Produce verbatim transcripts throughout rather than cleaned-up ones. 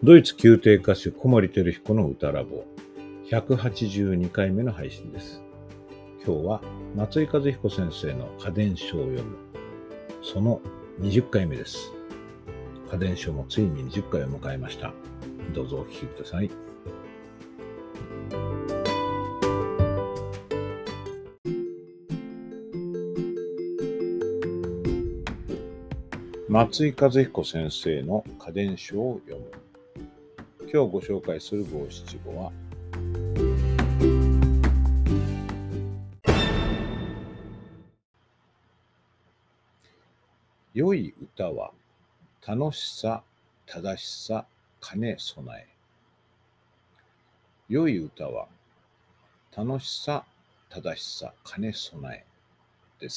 ドイツ宮廷歌手小森照彦の歌ラボひゃくはちじゅうにかいめの配信です。今日は松井和彦先生の家電書を読むそのにじゅっかいめです。家電書もついににじゅっかいを迎えました。どうぞお聞きください。松井和彦先生の家電書を読む。今日ご紹介する五七五は、良い歌は楽しさ、正しさ、兼ね備え。良い歌は楽しさ、正しさ、兼ね備えです。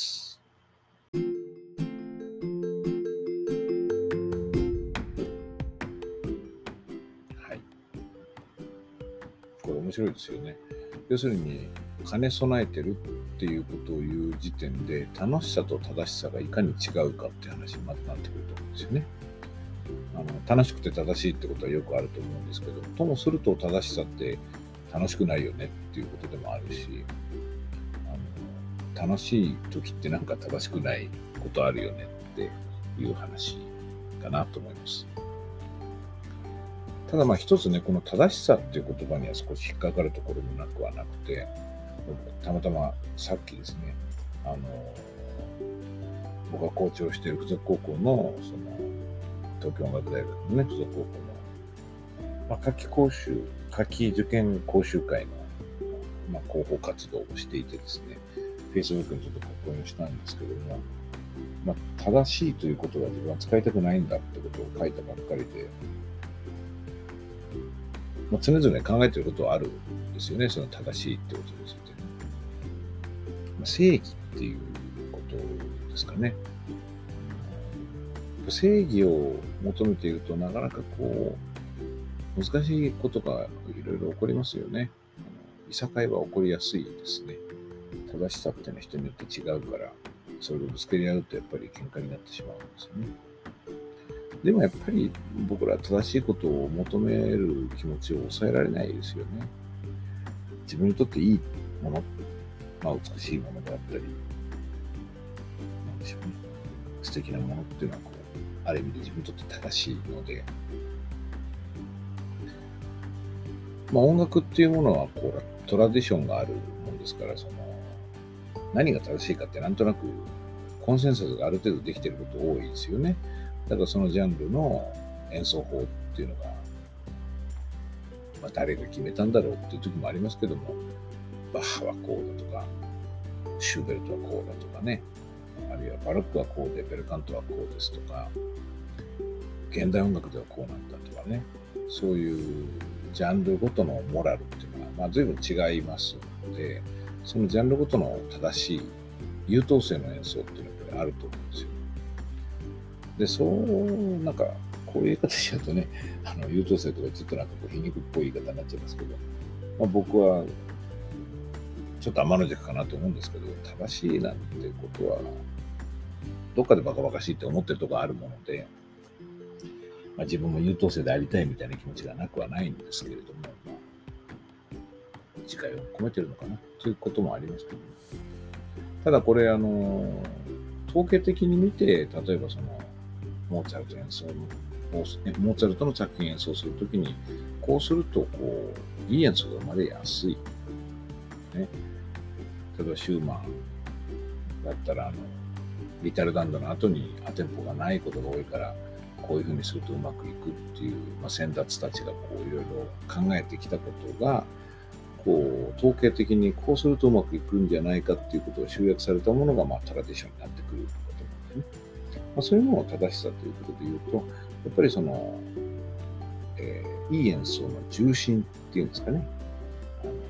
これ面白いですよね。要するに兼ね備えてるっていうことを言う時点で楽しさと正しさがいかに違うかっていう話にまたなってくると思うんですよね。あの楽しくて正しいってことはよくあると思うんですけど、ともすると正しさって楽しくないよねっていうことでもあるし、あの楽しい時ってなんか正しくないことあるよねっていう話かなと思います。ただまあ一つね、この正しさっていう言葉には少し引っかかるところもなくはなくて、たまたまさっきですね、あの僕が校長している附属高校のその東京音楽大学のね、附属高校の、まあ、夏季講習、夏季受験講習会の、まあ、広報活動をしていてですね、Facebook にちょっと書き込みをしたんですけども、まあ、正しいということは自分は使いたくないんだってことを書いたばっかりで、まあ、常々考えていることはあるんですよね、その正しいってことについて。まあ、正義っていうことですかね。正義を求めているとなかなかこう難しいことがいろいろ起こりますよね。あのいさかいは起こりやすいですね。正しさっていうのは人によって違うから、それをぶつけり合うとやっぱり喧嘩になってしまうんですよね。でもやっぱり僕ら正しいことを求める気持ちを抑えられないですよね。自分にとっていいもの、まあ、美しいものであったり、なんでしょうね、素敵なものっていうのはこうある意味で自分にとって正しいので、まあ、音楽っていうものはこうトラディションがあるものですから、その何が正しいかってなんとなくコンセンサスがある程度できていること多いですよね。だからそのジャンルの演奏法っていうのが、まあ、誰が決めたんだろうっていう時もありますけども、バッハはこうだとか、シューベルトはこうだとかね、あるいはバロックはこうで、ベルカントはこうですとか、現代音楽ではこうなんだとかね、そういうジャンルごとのモラルっていうのは、まあ、随分違いますので、そのジャンルごとの正しい優等生の演奏っていうのがあると思うんですよ。で、そう、なんか、こういう言い方しちゃうとね、あの優等生とかちょっとなんかこう皮肉っぽい言い方になっちゃいますけど、まあ、僕はちょっと天の弱かなと思うんですけど、正しいなんてことは、どっかでバカバカしいって思ってるところあるもので、まあ、自分も優等生でありたいみたいな気持ちがなくはないんですけれども、まあ、自戒を込めてるのかなということもありますけど、ね、ただこれ、あの、統計的に見て、例えばその、モーツァルト演奏の、モーツァルトの作品演奏するときに、こうすると、こう、いい演奏が生まれやすい。ね。例えば、シューマンだったら、あの、リタルダンドの後にアテンポがないことが多いから、こういうふうにするとうまくいくっていう、まあ、先達たちがこう、いろいろ考えてきたことが、こう、統計的にこうするとうまくいくんじゃないかっていうことが集約されたものが、まあ、トラディションになってくることなんですね。まあ、そういうのを正しさということで言うと、やっぱりその、えー、いい演奏の重心っていうんですかね。あの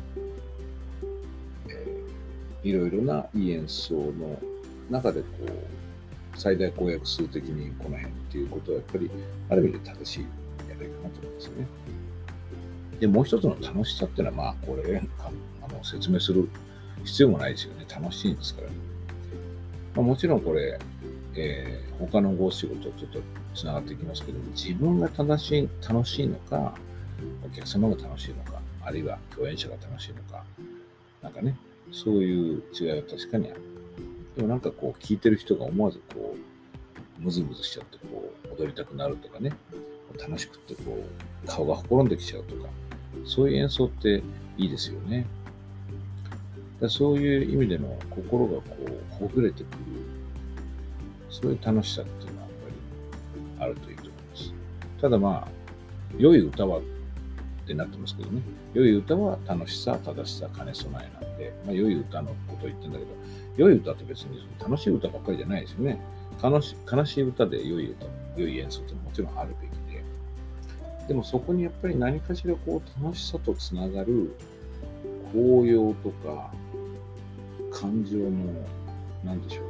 えー、いろいろないい演奏の中でこう、最大公約数的にこの辺っていうことはやっぱりある意味で正しいんじゃないかなと思いますよね。で、もう一つの楽しさっていうのは、まあ、これ、あの説明する必要もないですよね。楽しいんですからね。まあ、もちろんこれ、 えー、他のご仕事とちょっとつながってきますけど、自分が正しい楽しいのか、お客様が楽しいのか、あるいは共演者が楽しいのか、なんかね、そういう違いは確かにある。でもなんかこう聞いてる人が思わずこうムズムズしちゃってこう踊りたくなるとかね、楽しくってこう顔がほころんできちゃうとか、そういう演奏っていいですよね。だそういう意味での心がこうほぐれてくる、そういう楽しさっていうのはやっぱりあるといいと思います。ただまあ、良い歌はってなってますけどね、良い歌は楽しさ、正しさ、兼ね備えなんで、まあ、良い歌のことを言ってるんだけど、良い歌って別に楽しい歌ばっかりじゃないですよね。悲し悲しい歌で良い歌、良い演奏ってもちろんあるべきで、でもそこにやっぱり何かしらこう楽しさとつながる高揚とか感情の何でしょ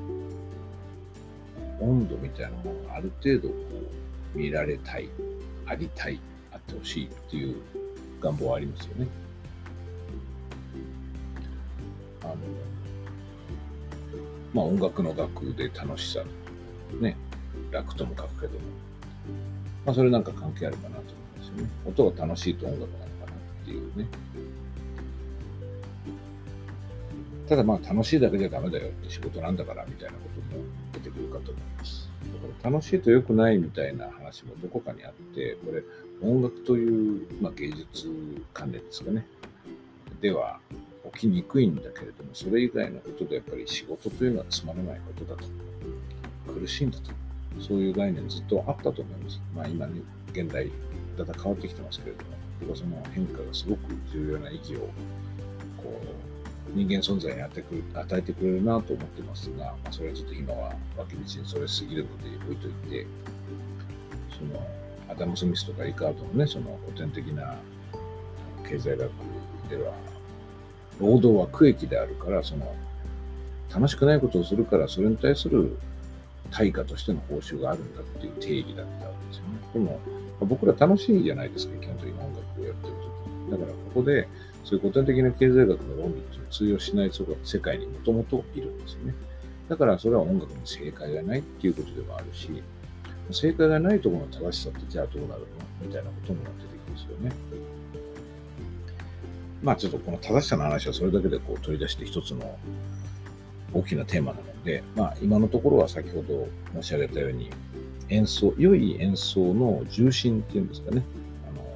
うか、温度みたいなものがある程度こう見られたい、ありたい、あってほしいっていう願望はありますよね。あのまあ音楽の楽で楽しさね、楽とも書くけども、まあそれなんか関係あるかなと思いますよね。音が楽しいと音楽なのかなっていうね。ただまあ楽しいだけじゃダメだよって仕事なんだからみたいなことも出てくるかと思います。だから楽しいと良くないみたいな話もどこかにあって、これ音楽という、まあ、芸術関連ですかね。では起きにくいんだけれども、それ以外のことでやっぱり仕事というのはつまらないことだと。苦しいんだと。そういう概念ずっとあったと思います。まあ今ね、現代だんだん変わってきてますけれども、僕はその変化がすごく重要な意義をこう人間存在に与えてくる、与えてくれるなと思ってますが、まあ、それはちょっと今は脇道にそれすぎるので置いといて、そのアダム・スミスとかリカードのね、その古典的な経済学では、労働は苦役であるから、その楽しくないことをするから、それに対する対価としての報酬があるんだっていう定義だったわけですよね。でも、僕ら楽しいじゃないですか、基本的に音楽をやってるとき。だからここで、そういう古典的な経済学の論理っていうのを通用しない人が世界にもともといるんですよね。だからそれは音楽に正解がないっていうことでもあるし、正解がないところの正しさってじゃあどうなるのみたいなことも出てきますよね。まあちょっとこの正しさの話はそれだけでこう取り出して一つの大きなテーマなので、まあ今のところは先ほど申し上げたように、演奏、良い演奏の重心っていうんですかね。あの、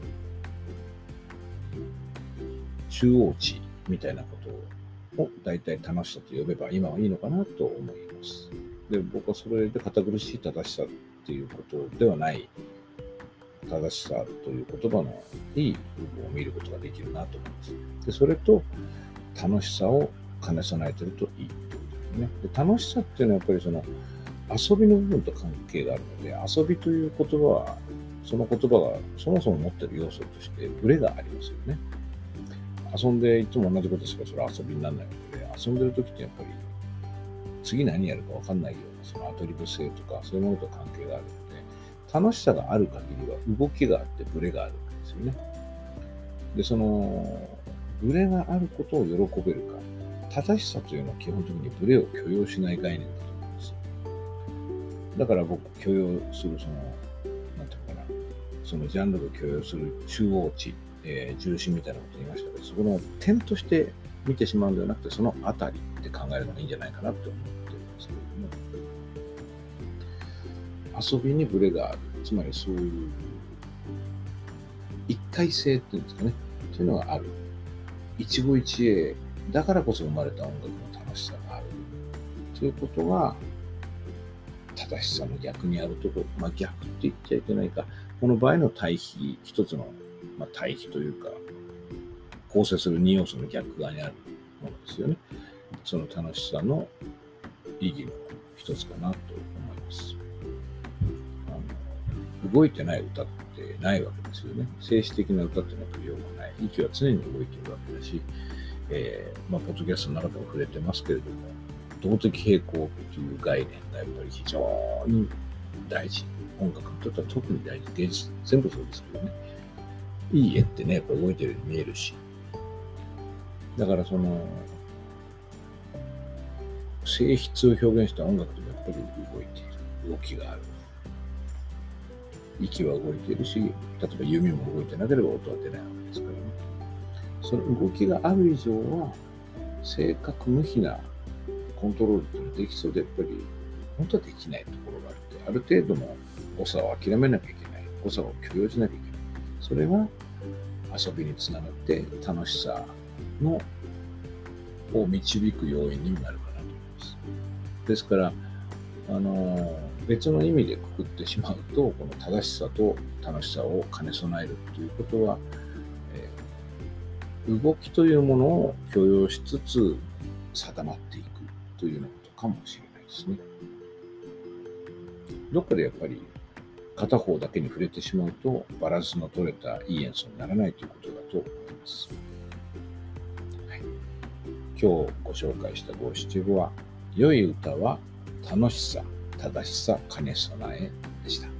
中央値みたいなことを大体楽しさと呼べば今はいいのかなと思います。で、僕はそれで堅苦しい正しさっていうことではない、正しさという言葉のいい部分を見ることができるなと思います。で、それと楽しさを兼ね備えてるといいということですね。で、楽しさっていうのはやっぱりその遊びの部分と関係があるので、遊びという言葉は、その言葉がそもそも持っている要素としてブレがありますよね。遊んでいつも同じことしかそれは遊びにならないわけで、遊んでる時ってやっぱり次何やるか分かんないようなそのアドリブ性とかそういうものと関係があるので、楽しさがある限りは動きがあってブレがあるわけですよね。で、そのブレがあることを喜べるか。正しさというのは基本的にブレを許容しない概念だと思うんです。だから僕許容するその、なんていうのかな、そのジャンルを許容する中央値、えー、重心みたいなことを言いましたけど、そこの点として見てしまうんではなくて、そのあたりって考えるのがいいんじゃないかなと思ってるんですけれども、遊びにブレがある、つまりそういう一体性っていうんですかね、というのがある。一期一会だからこそ生まれた音楽の楽しさがあるということが正しさの逆にあるところ、まあ逆って言っちゃいけないか、この場合の対比、一つの、まあ、対比というか、構成する二要素の逆側にあるものですよね。その楽しさの意義の一つかなと思います。あの動いてない歌ってないわけですよね。静止的な歌っていうのは取りようがない。息は常に動いているわけだし、えー、まあ、ポッドキャストの中でも触れてますけれども、動的平衡っていう概念がやっぱり非常に大事。音楽にとっては特に大事。芸術全部そうですけどね。いい絵ってね、やっぱ動いてるように見えるし。だからその、 性質を表現した音楽でもやっぱり動いている。動きがある。息は動いているし、例えば弓も動いてなければ音は出ないわけですからね。その動きがある以上は、正確無比なコントロールっていうのはできそうで、やっぱり本当はできないところがあるって、ある程度の誤差を諦めなきゃいけない。誤差を許容しなきゃいけない。それが遊びにつながって楽しさのを導く要因にもなるかなと思います。ですから、あの別の意味でくくってしまうと、この正しさと楽しさを兼ね備えるということは、えー、動きというものを許容しつつ定まっていくというようなことかもしれないですね。どっかでやっぱり片方だけに触れてしまうとバランスの取れたいい演奏にならないということだと思います。はい、今日ご紹介した五七五は、良い歌は楽しさ、正しさ、兼ね備えでした。